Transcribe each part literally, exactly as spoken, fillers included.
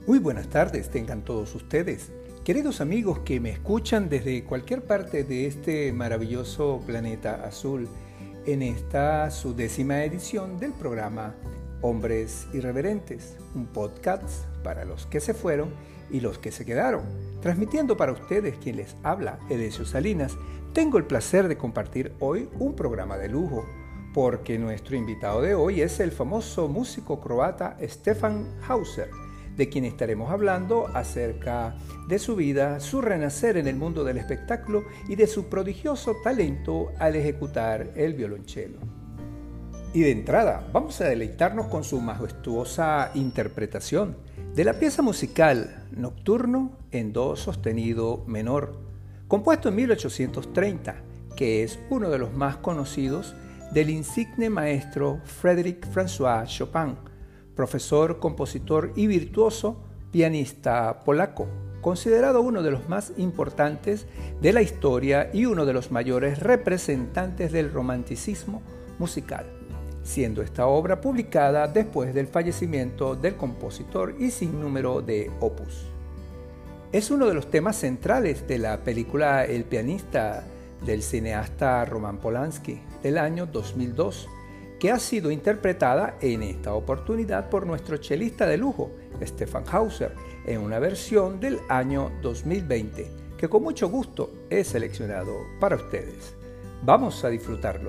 Muy buenas tardes, tengan todos ustedes, queridos amigos que me escuchan desde cualquier parte de este maravilloso planeta azul, en esta su décima edición del programa Hombres Irreverentes, un podcast para los que se fueron y los que se quedaron. Transmitiendo para ustedes quien les habla, Edesio Salinas, tengo el placer de compartir hoy un programa de lujo, porque nuestro invitado de hoy es el famoso músico croata Stefan Hauser, de quien estaremos hablando acerca de su vida, su renacer en el mundo del espectáculo y de su prodigioso talento al ejecutar el violonchelo. Y de entrada, vamos a deleitarnos con su majestuosa interpretación de la pieza musical Nocturno en do sostenido menor, compuesto en mil ochocientos treinta, que es uno de los más conocidos del insigne maestro Frédéric François Chopin, profesor, compositor y virtuoso pianista polaco, considerado uno de los más importantes de la historia y uno de los mayores representantes del romanticismo musical, siendo esta obra publicada después del fallecimiento del compositor y sin número de opus. Es uno de los temas centrales de la película El pianista del cineasta Roman Polanski del año dos mil dos, que ha sido interpretada en esta oportunidad por nuestro chelista de lujo, Stefan Hauser, en una versión del año dos mil veinte, que con mucho gusto he seleccionado para ustedes. Vamos a disfrutarlo.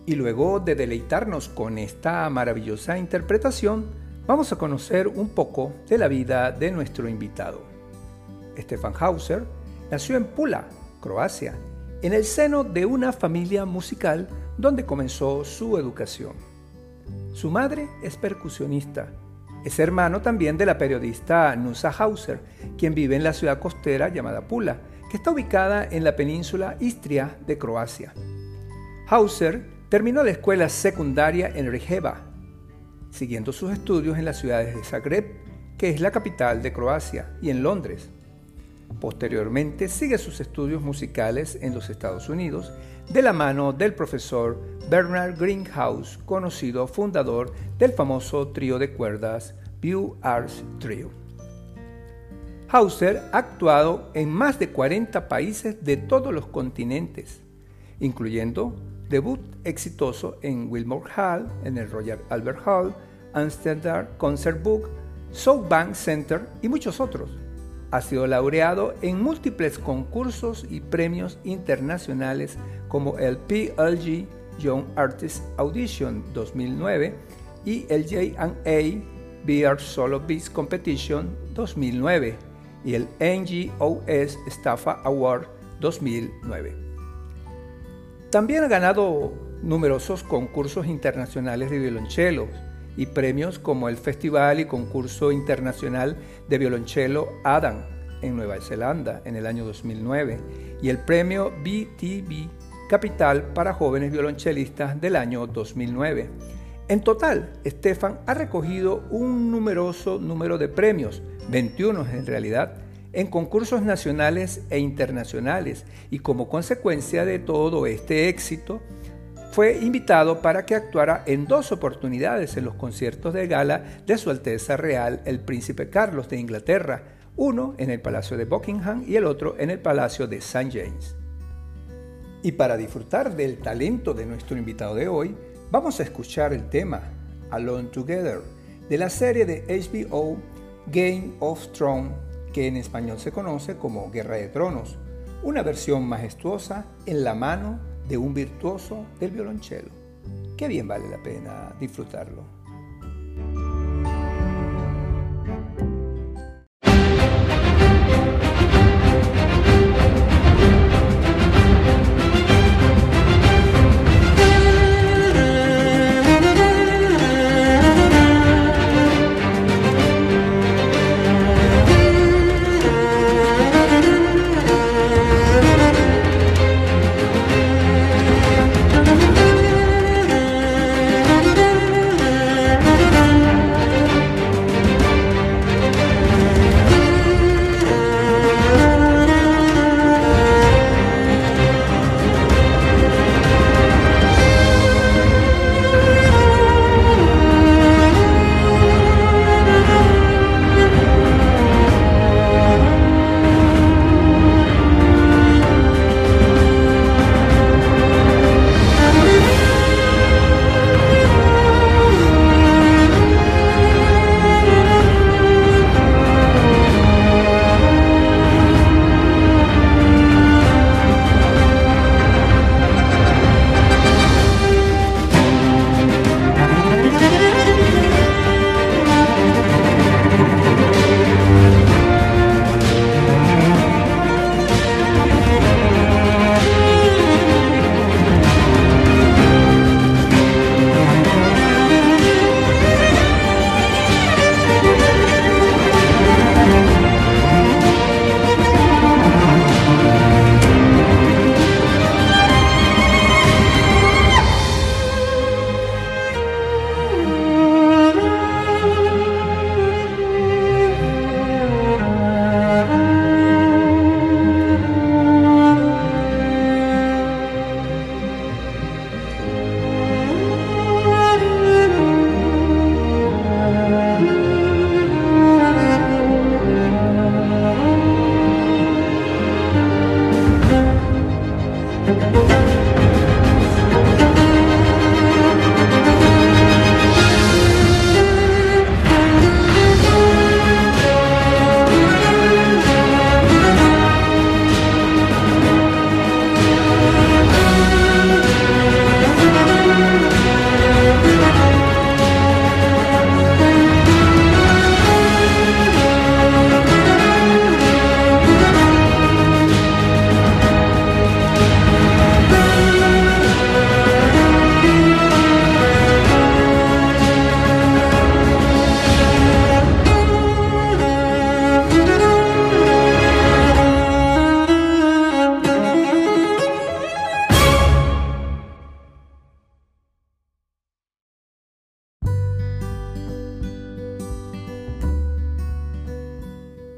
Y luego de deleitarnos con esta maravillosa interpretación, vamos a conocer un poco de la vida de nuestro invitado. Stefan Hauser nació en Pula, Croacia, en el seno de una familia musical donde comenzó su educación. Su madre es percusionista. Es hermano también de la periodista Nusa Hauser, quien vive en la ciudad costera llamada Pula, que está ubicada en la península Istria de Croacia. Hauser terminó la escuela secundaria en Rijeka, siguiendo sus estudios en las ciudades de Zagreb, que es la capital de Croacia, y en Londres. Posteriormente sigue sus estudios musicales en los Estados Unidos de la mano del profesor Bernard Greenhouse, conocido fundador del famoso trío de cuerdas View Arts Trio. Hauser ha actuado en más de cuarenta países de todos los continentes, incluyendo debut exitoso en Wilmore Hall, en el Royal Albert Hall, Amsterdam Concert Book, South Bank Center y muchos otros. Ha sido laureado en múltiples concursos y premios internacionales como el P L G Young Artist Audition dos mil nueve y el J and A Beard Solo Beats Competition dos mil nueve y el N G O S Staffa Award dos mil nueve. También ha ganado numerosos concursos internacionales de violonchelo y premios como el Festival y Concurso Internacional de Violonchelo Adam en Nueva Zelanda en el año dos mil nueve y el Premio B T V Capital para Jóvenes Violonchelistas del año dos mil nueve. En total, Stefan ha recogido un numeroso número de premios, veintiuno en realidad, en concursos nacionales e internacionales, y como consecuencia de todo este éxito, fue invitado para que actuara en dos oportunidades en los conciertos de gala de Su Alteza Real el Príncipe Carlos de Inglaterra, uno en el Palacio de Buckingham y el otro en el Palacio de Saint James. Y para disfrutar del talento de nuestro invitado de hoy, vamos a escuchar el tema Alone Together de la serie de H B O Game of Thrones, que en español se conoce como Guerra de Tronos, una versión majestuosa en la mano de un virtuoso del violonchelo. Qué bien vale la pena disfrutarlo.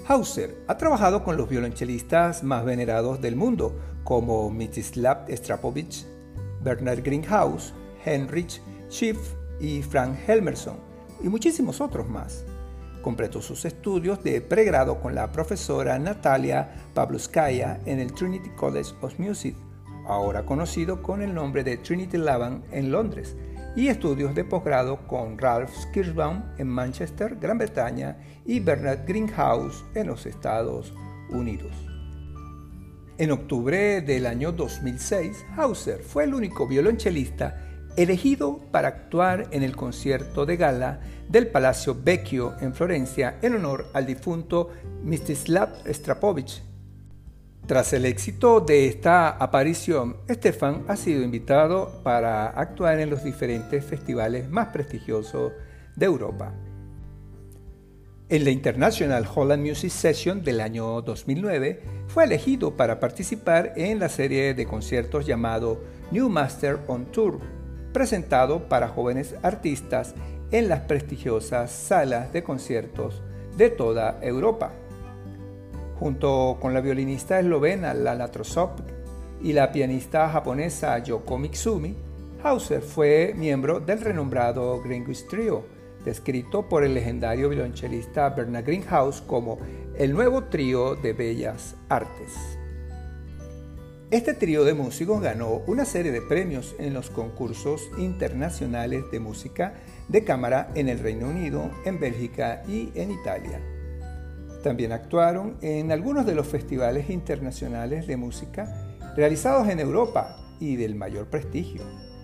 Hauser ha trabajado con los violonchelistas más venerados del mundo, como Mstislav Strapovich, Bernard Greenhouse, Heinrich Schiff y Frank Helmerson, y muchísimos otros más. Completó sus estudios de pregrado con la profesora Natalia Pavlovskaya en el Trinity College of Music, ahora conocido con el nombre de Trinity Laban en Londres, y estudios de posgrado con Ralph Kirschbaum en Manchester, Gran Bretaña, y Bernard Greenhouse en los Estados Unidos. En octubre del año dos mil seis, Hauser fue el único violonchelista elegido para actuar en el concierto de gala del Palacio Vecchio en Florencia en honor al difunto Mstislav Strapovich. Tras el éxito de esta aparición, Stefan ha sido invitado para actuar en los diferentes festivales más prestigiosos de Europa. En la International Holland Music Session del año dos mil nueve, fue elegido para participar en la serie de conciertos llamado New Master on Tour, presentado para jóvenes artistas en las prestigiosas salas de conciertos de toda Europa. Junto con la violinista eslovena Lana Trossop y la pianista japonesa Yoko Mitsumi, Hauser fue miembro del renombrado Greenwich Trio, descrito por el legendario violonchelista Bernard Greenhouse como el nuevo trío de bellas artes. Este trío de músicos ganó una serie de premios en los concursos internacionales de música de cámara en el Reino Unido, en Bélgica y en Italia. También actuaron en algunos de los festivales internacionales de música realizados en Europa y del mayor prestigio.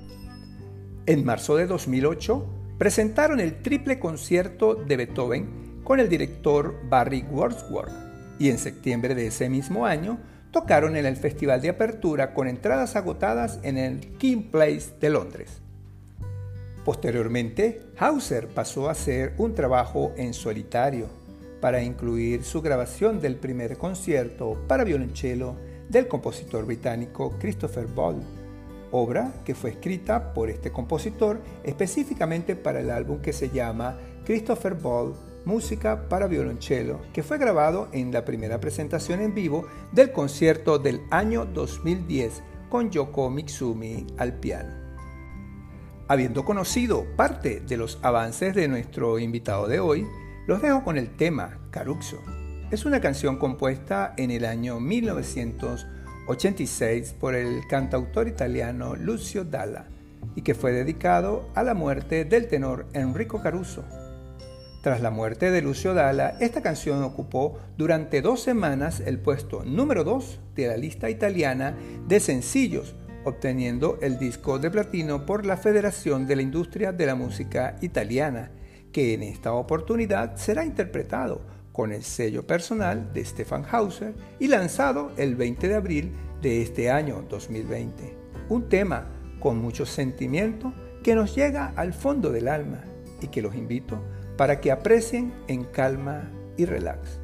En marzo de dos mil ocho, presentaron el triple concierto de Beethoven con el director Barry Wordsworth, y en septiembre de ese mismo año tocaron en el Festival de Apertura con entradas agotadas en el King Place de Londres. Posteriormente, Hauser pasó a hacer un trabajo en solitario para incluir su grabación del primer concierto para violonchelo del compositor británico Christopher Ball, obra que fue escrita por este compositor específicamente para el álbum que se llama Christopher Ball, Música para violonchelo, que fue grabado en la primera presentación en vivo del concierto del año dos mil diez con Yoko Mitsumi al piano. Habiendo conocido parte de los avances de nuestro invitado de hoy, los dejo con el tema Caruso. Es una canción compuesta en el año mil novecientos ochenta y seis por el cantautor italiano Lucio Dalla y que fue dedicado a la muerte del tenor Enrico Caruso. Tras la muerte de Lucio Dalla, esta canción ocupó durante dos semanas el puesto número dos de la lista italiana de sencillos, obteniendo el disco de platino por la Federación de la Industria de la Música Italiana, que en esta oportunidad será interpretado con el sello personal de Stefan Hauser y lanzado el veinte de abril de este año dos mil veinte. Un tema con mucho sentimiento que nos llega al fondo del alma y que los invito para que aprecien en calma y relax.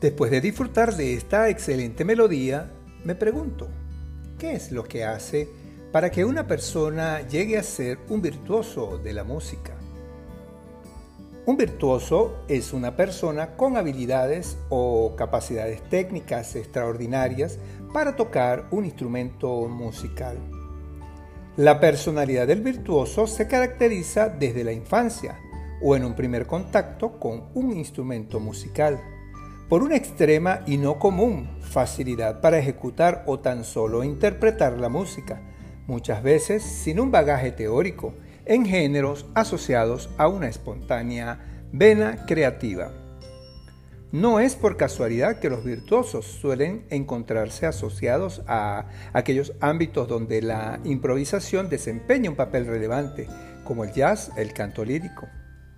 Después de disfrutar de esta excelente melodía, me pregunto, ¿qué es lo que hace para que una persona llegue a ser un virtuoso de la música? Un virtuoso es una persona con habilidades o capacidades técnicas extraordinarias para tocar un instrumento musical. La personalidad del virtuoso se caracteriza desde la infancia o en un primer contacto con un instrumento musical, por una extrema y no común facilidad para ejecutar o tan solo interpretar la música, muchas veces sin un bagaje teórico, en géneros asociados a una espontánea vena creativa. No es por casualidad que los virtuosos suelen encontrarse asociados a aquellos ámbitos donde la improvisación desempeña un papel relevante, como el jazz, el canto lírico.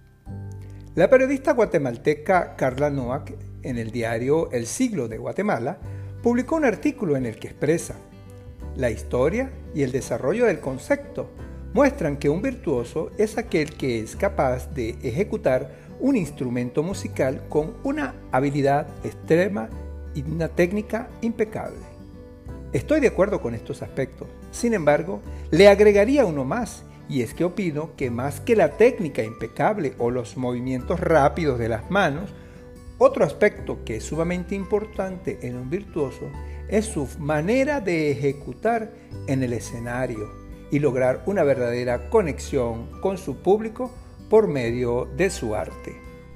La periodista guatemalteca Carla Noack, en el diario El Siglo de Guatemala, publicó un artículo en el que expresa: la historia y el desarrollo del concepto muestran que un virtuoso es aquel que es capaz de ejecutar un instrumento musical con una habilidad extrema y una técnica impecable. Estoy de acuerdo con estos aspectos. Sin embargo, le agregaría uno más, y es que opino que más que la técnica impecable o los movimientos rápidos de las manos, otro aspecto que es sumamente importante en un virtuoso es su manera de ejecutar en el escenario y lograr una verdadera conexión con su público por medio de su arte.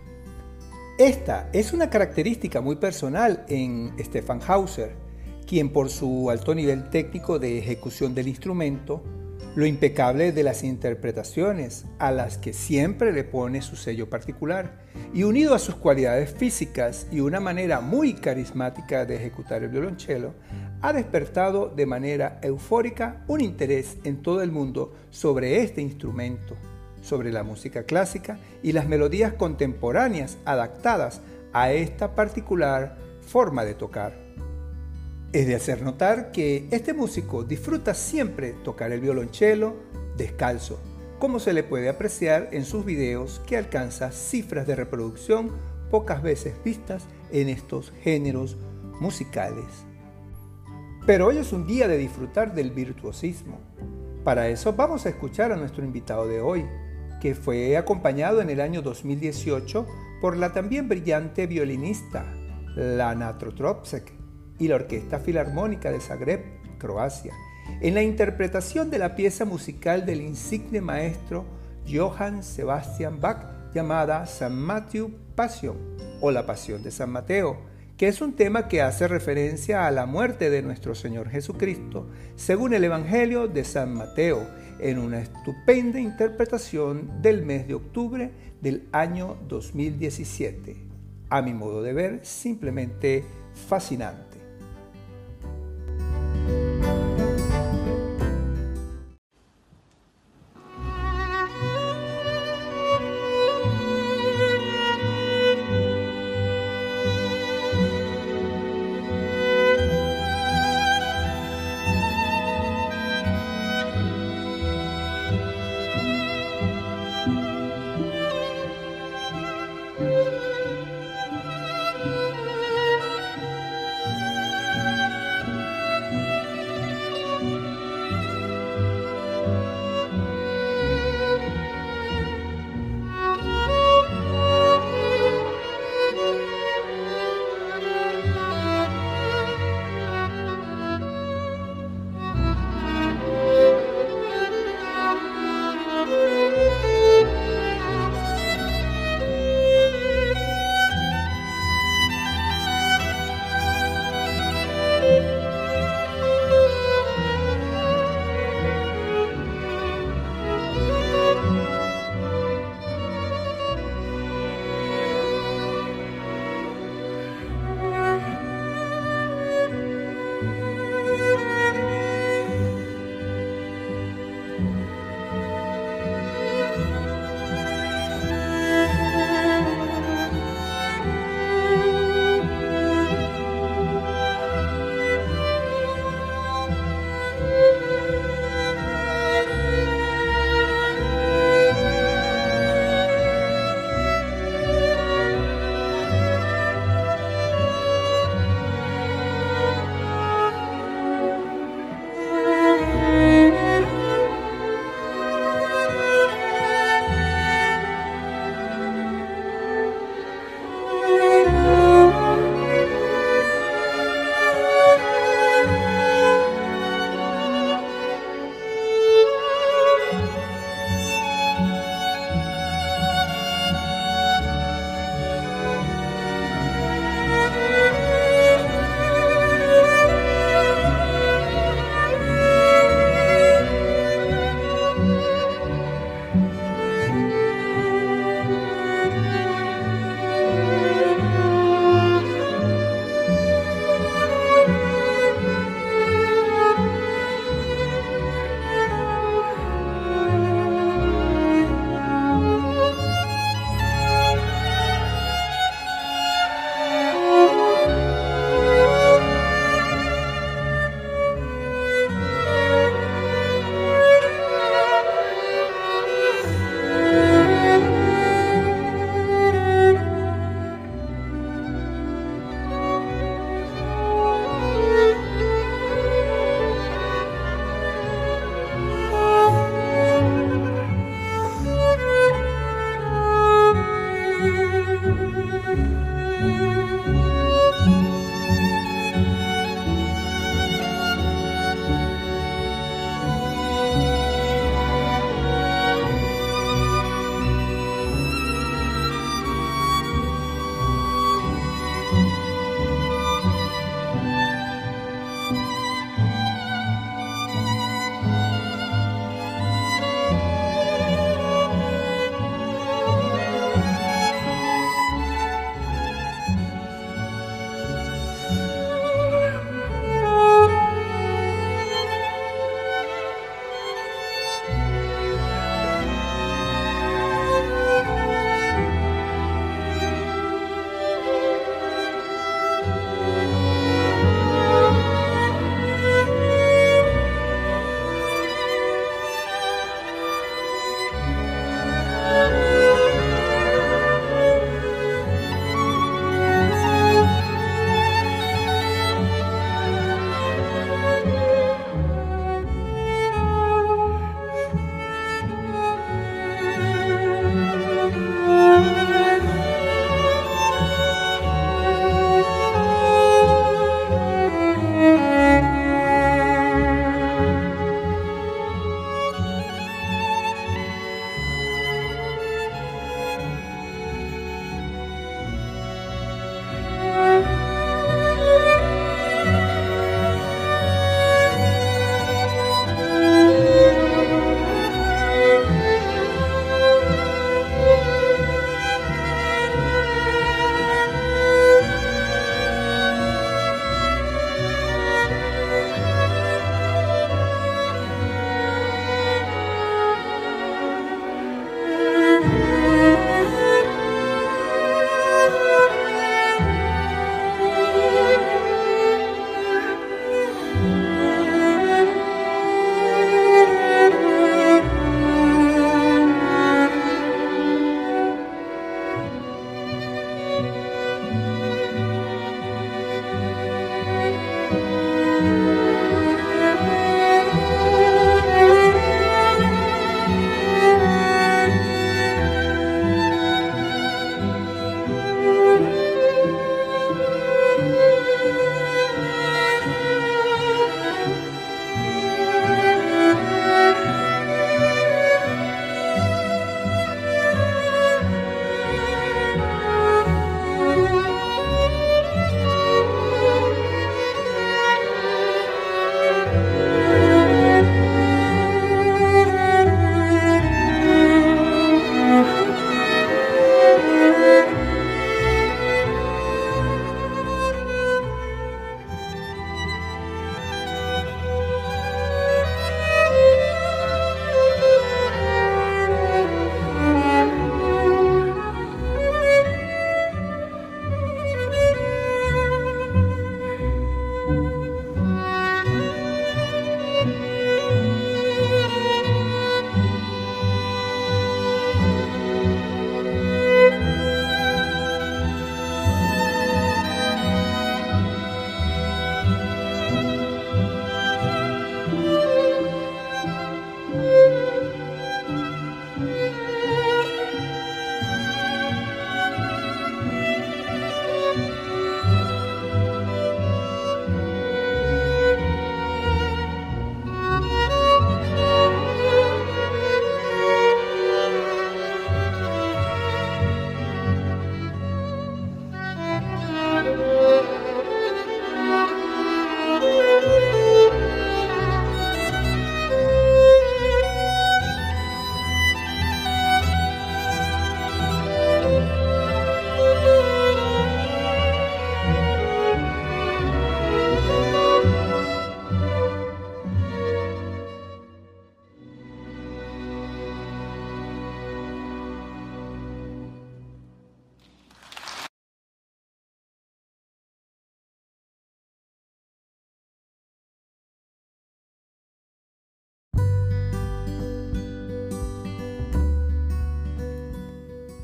Esta es una característica muy personal en Stefan Hauser, quien por su alto nivel técnico de ejecución del instrumento, lo impecable de las interpretaciones a las que siempre le pone su sello particular, y unido a sus cualidades físicas y una manera muy carismática de ejecutar el violonchelo, ha despertado de manera eufórica un interés en todo el mundo sobre este instrumento, sobre la música clásica y las melodías contemporáneas adaptadas a esta particular forma de tocar. Es de hacer notar que este músico disfruta siempre tocar el violonchelo descalzo, como se le puede apreciar en sus videos, que alcanza cifras de reproducción pocas veces vistas en estos géneros musicales. Pero hoy es un día de disfrutar del virtuosismo. Para eso vamos a escuchar a nuestro invitado de hoy, que fue acompañado en el año dos mil dieciocho por la también brillante violinista Lana Trotrovsek y la Orquesta Filarmónica de Zagreb, Croacia, en la interpretación de la pieza musical del insigne maestro Johann Sebastian Bach llamada San Matthew Passion o la Pasión de San Mateo, que es un tema que hace referencia a la muerte de nuestro Señor Jesucristo según el Evangelio de San Mateo, en una estupenda interpretación del mes de octubre del año dos mil diecisiete. A mi modo de ver, simplemente fascinante.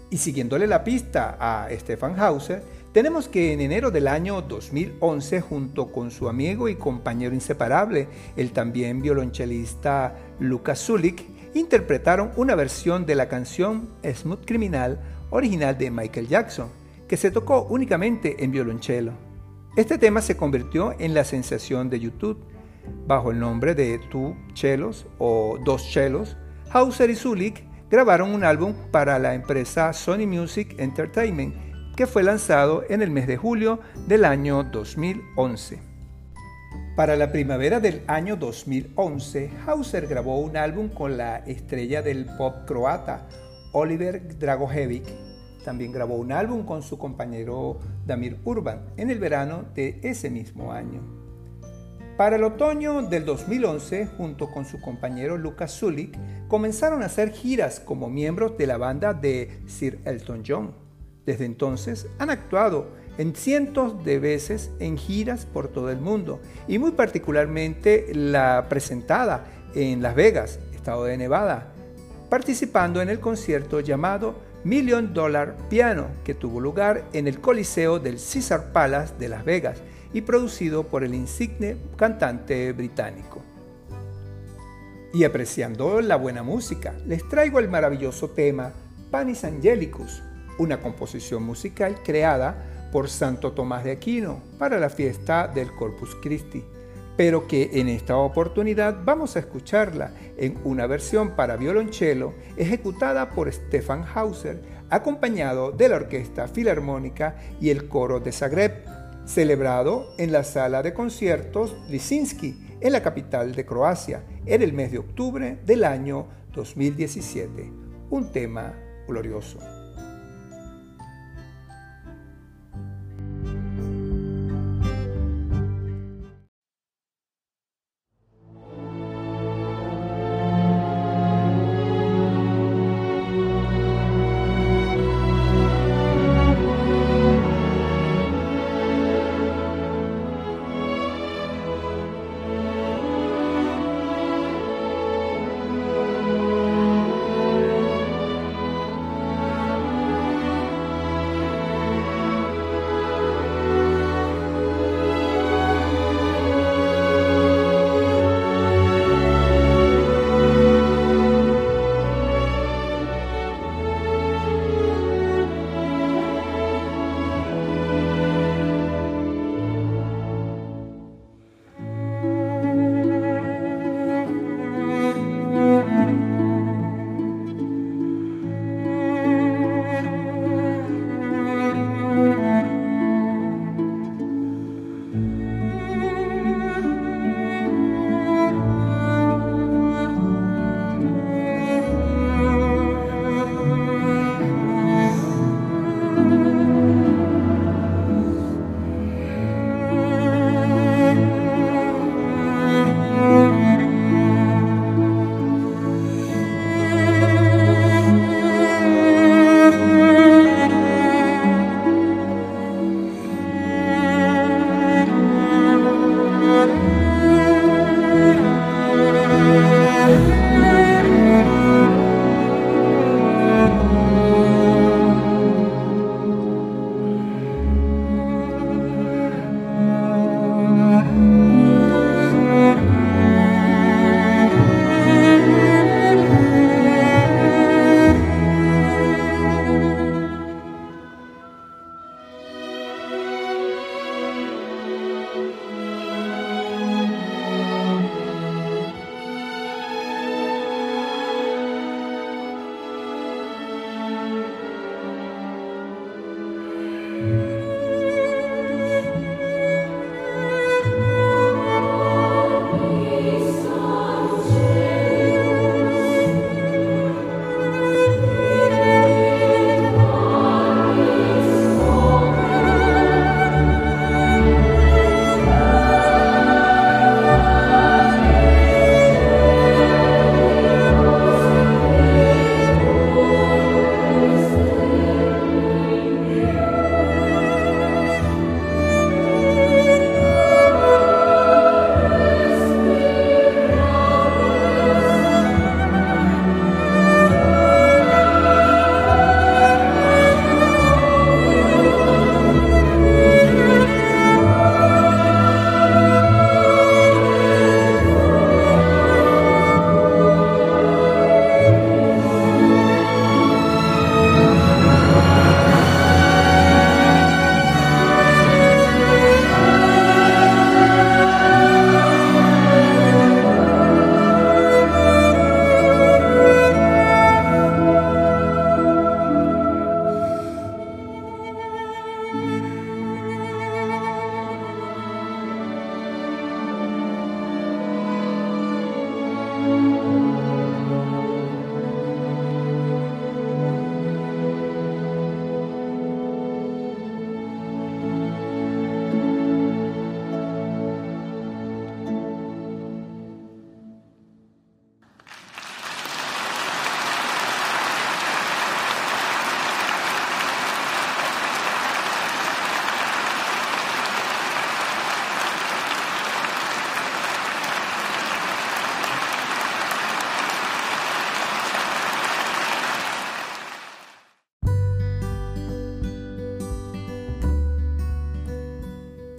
Y siguiéndole la pista a Stefan Hauser, tenemos que en enero del año dos mil once, junto con su amigo y compañero inseparable, el también violonchelista Lukas Sulik, interpretaron una versión de la canción Smooth Criminal original de Michael Jackson, que se tocó únicamente en violonchelo. Este tema se convirtió en la sensación de YouTube. Bajo el nombre de Two Cellos o Dos Cellos, Hauser y Sulik grabaron un álbum para la empresa Sony Music Entertainment, que fue lanzado en el mes de julio del año dos mil once. Para la primavera del año dos mil once, Hauser grabó un álbum con la estrella del pop croata, Oliver Dragojevic. También grabó un álbum con su compañero Damir Urban en el verano de ese mismo año. Para el otoño del dos mil once, junto con su compañero Lukas Sulik, comenzaron a hacer giras como miembros de la banda de Sir Elton John. Desde entonces han actuado en cientos de veces en giras por todo el mundo y muy particularmente la presentada en Las Vegas, estado de Nevada, participando en el concierto llamado Million Dollar Piano, que tuvo lugar en el Coliseo del Caesars Palace de Las Vegas y producido por el insigne cantante británico. Y apreciando la buena música, les traigo el maravilloso tema Panis Angelicus, una composición musical creada por Santo Tomás de Aquino para la fiesta del Corpus Christi, pero que en esta oportunidad vamos a escucharla en una versión para violonchelo ejecutada por Stefan Hauser, acompañado de la Orquesta Filarmónica y el Coro de Zagreb, celebrado en la sala de conciertos Lisinski, en la capital de Croacia, en el mes de octubre del año dos mil diecisiete. Un tema glorioso.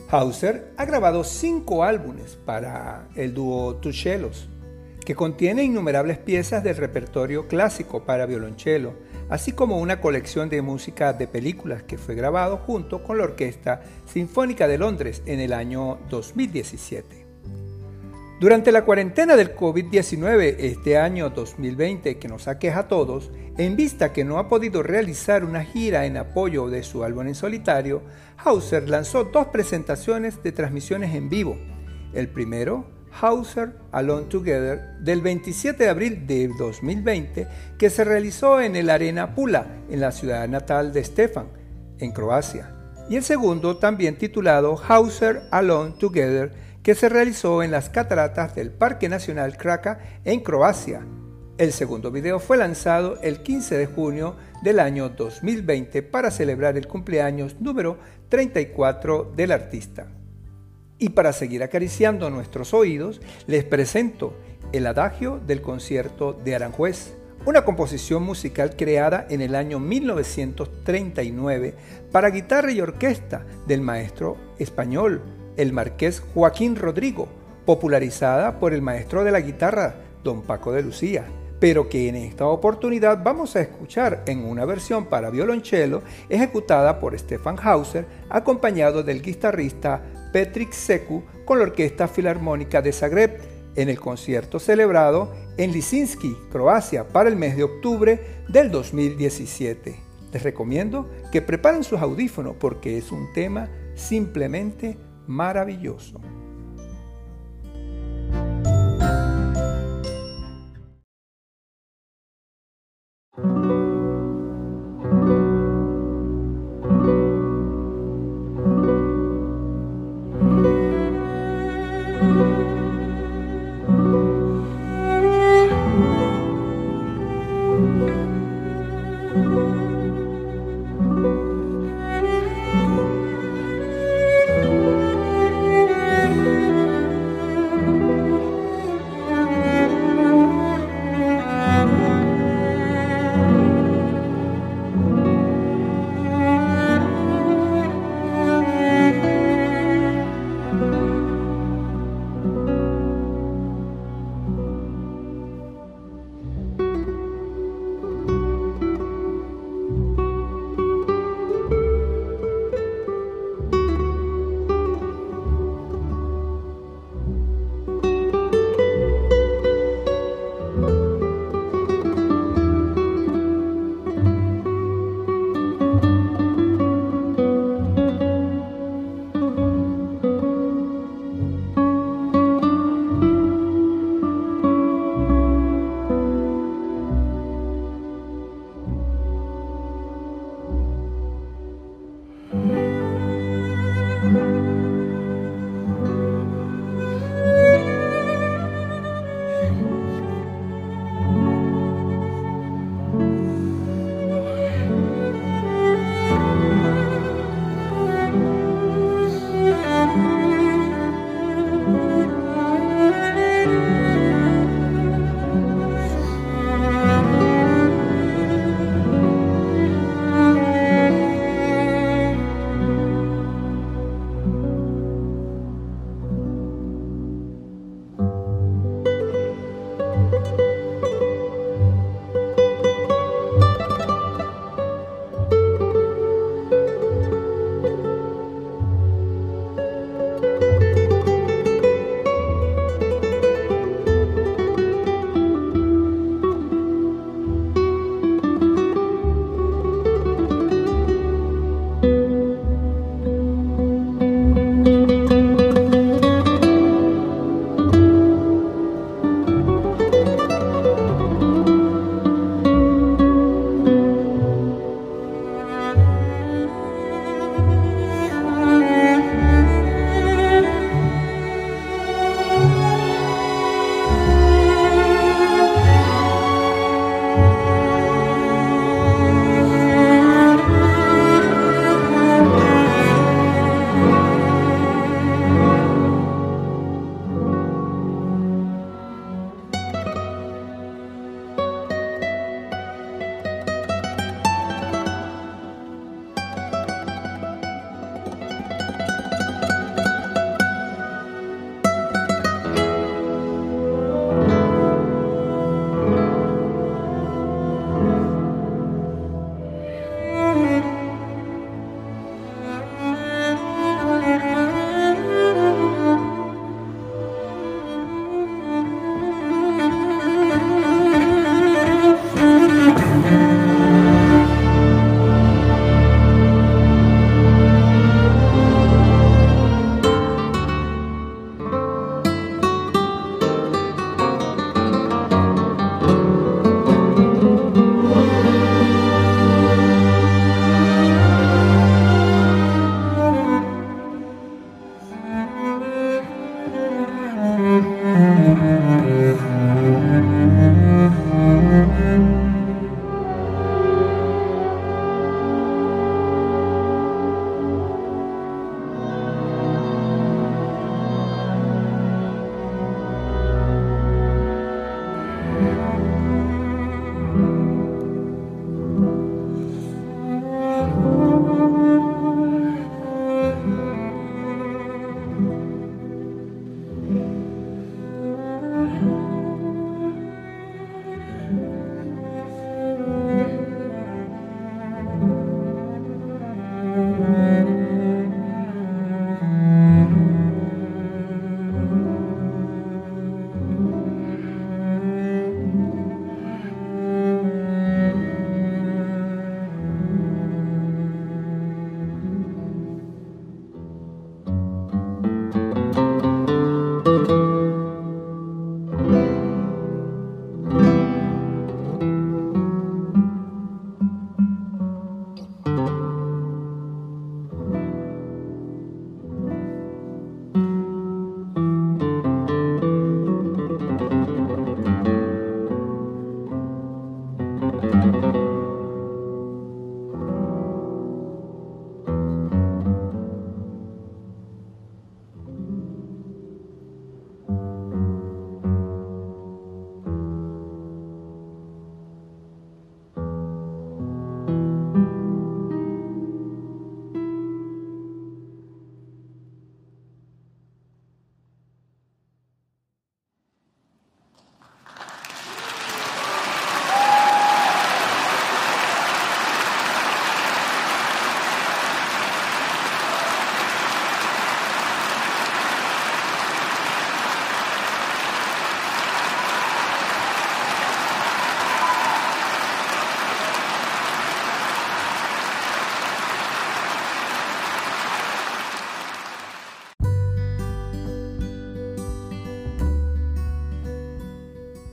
Hauser ha grabado cinco álbumes para el dúo Two Cellos, que contiene innumerables piezas del repertorio clásico para violonchelo, así como una colección de música de películas que fue grabado junto con la Orquesta Sinfónica de Londres en el año dos mil diecisiete. Durante la cuarentena del COVID diecinueve este año dos mil veinte que nos aqueja a todos, en vista que no ha podido realizar una gira en apoyo de su álbum en solitario, Hauser lanzó dos presentaciones de transmisiones en vivo. El primero, Hauser Alone Together, del veintisiete de abril de dos mil veinte, que se realizó en el Arena Pula, en la ciudad natal de Stefan, en Croacia. Y el segundo, también titulado Hauser Alone Together, que se realizó en las cataratas del Parque Nacional Krka, en Croacia. El segundo video fue lanzado el quince de junio del año dos mil veinte para celebrar el cumpleaños número treinta y cuatro del artista. Y para seguir acariciando nuestros oídos, les presento el Adagio del concierto de Aranjuez, una composición musical creada en el año mil novecientos treinta y nueve para guitarra y orquesta del maestro español, el marqués Joaquín Rodrigo, popularizada por el maestro de la guitarra, don Paco de Lucía, pero que en esta oportunidad vamos a escuchar en una versión para violonchelo ejecutada por Stefan Hauser, acompañado del guitarrista Petrik Seku con la Orquesta Filarmónica de Zagreb, en el concierto celebrado en Lisinski, Croacia, para el mes de octubre del dos mil diecisiete. Les recomiendo que preparen sus audífonos porque es un tema simplemente maravilloso.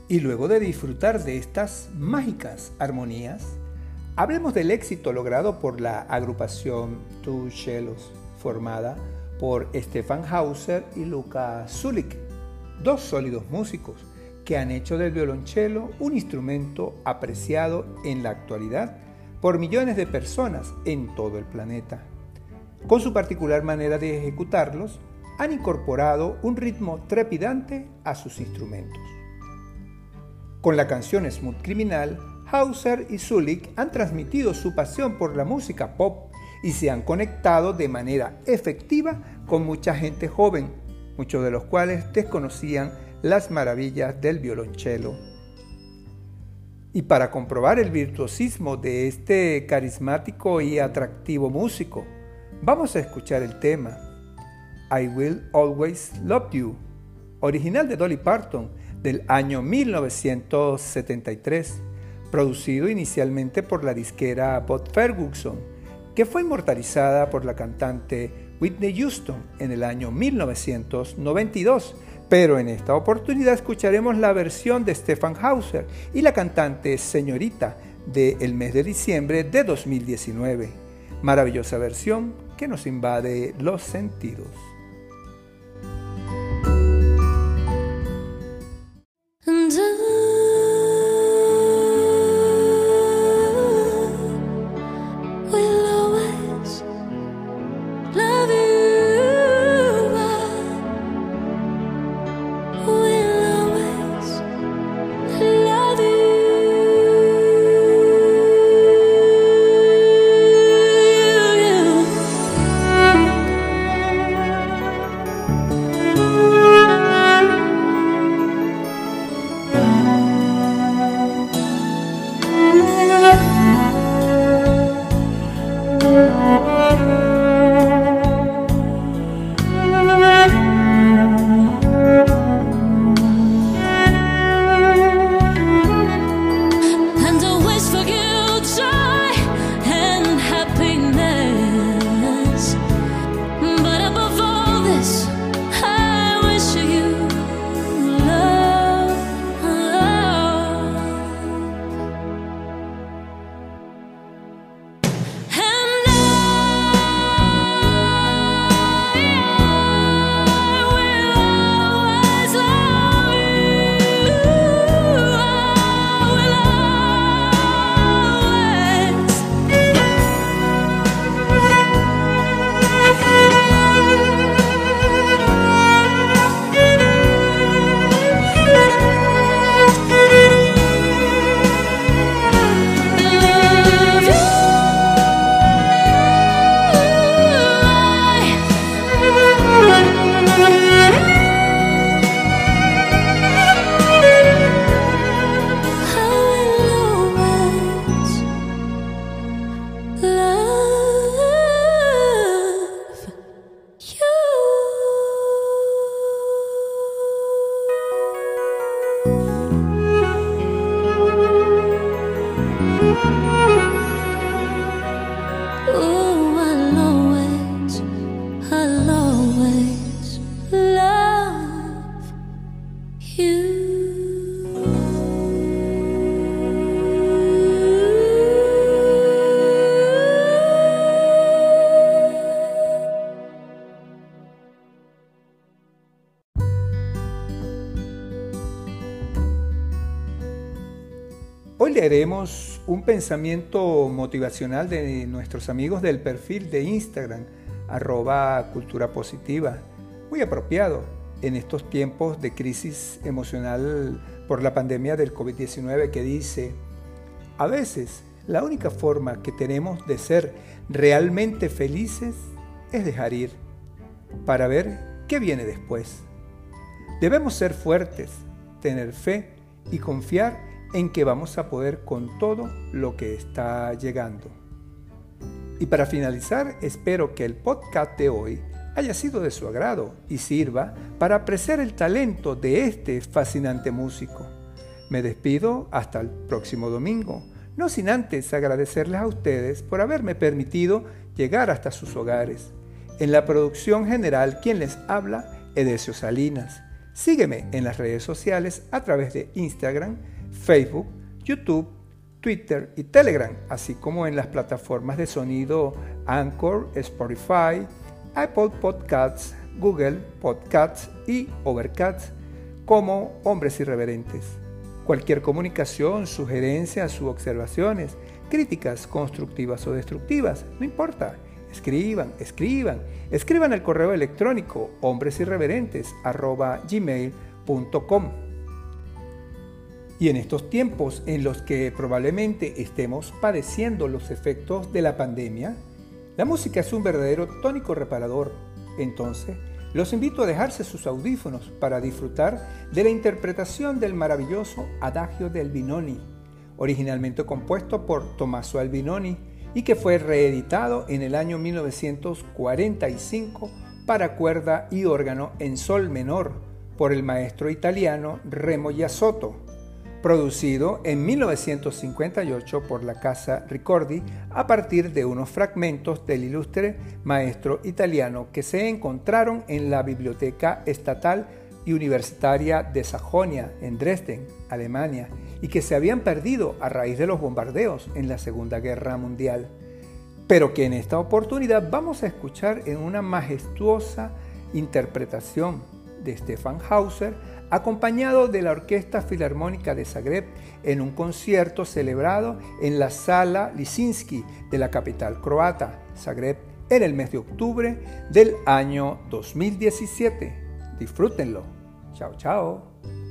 Y luego de disfrutar de estas mágicas armonías, hablemos del éxito logrado por la agrupación Two Cellos, formada por Stefan Hauser y Luka Sulik, dos sólidos músicos que han hecho del violonchelo un instrumento apreciado en la actualidad por millones de personas en todo el planeta. Con su particular manera de ejecutarlos, han incorporado un ritmo trepidante a sus instrumentos. Con la canción Smooth Criminal, Hauser y Sulik han transmitido su pasión por la música pop y se han conectado de manera efectiva con mucha gente joven, muchos de los cuales desconocían las maravillas del violonchelo. Y para comprobar el virtuosismo de este carismático y atractivo músico, vamos a escuchar el tema I Will Always Love You, original de Dolly Parton del año mil novecientos setenta y tres, producido inicialmente por la disquera Bob Ferguson, que fue inmortalizada por la cantante Whitney Houston en el año mil novecientos noventa y dos, pero en esta oportunidad escucharemos la versión de Stefan Hauser y la cantante Señorita del mes de diciembre de dos mil diecinueve. Maravillosa versión que nos invade los sentidos. Hoy leeremos un pensamiento motivacional de nuestros amigos del perfil de Instagram, arroba cultura positiva, muy apropiado en estos tiempos de crisis emocional por la pandemia del COVID diecinueve, que dice: a veces la única forma que tenemos de ser realmente felices es dejar ir, para ver qué viene después. Debemos ser fuertes, tener fe y confiar en que vamos a poder con todo lo que está llegando. Y para finalizar, espero que el podcast de hoy haya sido de su agrado y sirva para apreciar el talento de este fascinante músico. Me despido hasta el próximo domingo, no sin antes agradecerles a ustedes por haberme permitido llegar hasta sus hogares. En la producción general, quien les habla, Edesio Salinas. Sígueme en las redes sociales a través de Instagram, Facebook, YouTube, Twitter y Telegram, así como en las plataformas de sonido Anchor, Spotify, Apple Podcasts, Google Podcasts y Overcast como Hombres Irreverentes. Cualquier comunicación, sugerencias u observaciones, críticas constructivas o destructivas, no importa. Escriban, escriban, escriban al correo electrónico hombresirreverentes arroba gmail punto com. Y en estos tiempos en los que probablemente estemos padeciendo los efectos de la pandemia, la música es un verdadero tónico reparador. Entonces, los invito a dejarse sus audífonos para disfrutar de la interpretación del maravilloso Adagio de Albinoni, originalmente compuesto por Tommaso Albinoni y que fue reeditado en el año mil novecientos cuarenta y cinco para cuerda y órgano en sol menor por el maestro italiano Remo Giasotto, producido en mil novecientos cincuenta y ocho por la Casa Ricordi a partir de unos fragmentos del ilustre maestro italiano que se encontraron en la Biblioteca Estatal y Universitaria de Sajonia, en Dresden, Alemania, y que se habían perdido a raíz de los bombardeos en la Segunda Guerra Mundial, pero que en esta oportunidad vamos a escuchar en una majestuosa interpretación de Stefan Hauser, acompañado de la Orquesta Filarmónica de Zagreb en un concierto celebrado en la Sala Lisinski de la capital croata, Zagreb, en el mes de octubre del año dos mil diecisiete. Disfrútenlo. Chao, chao.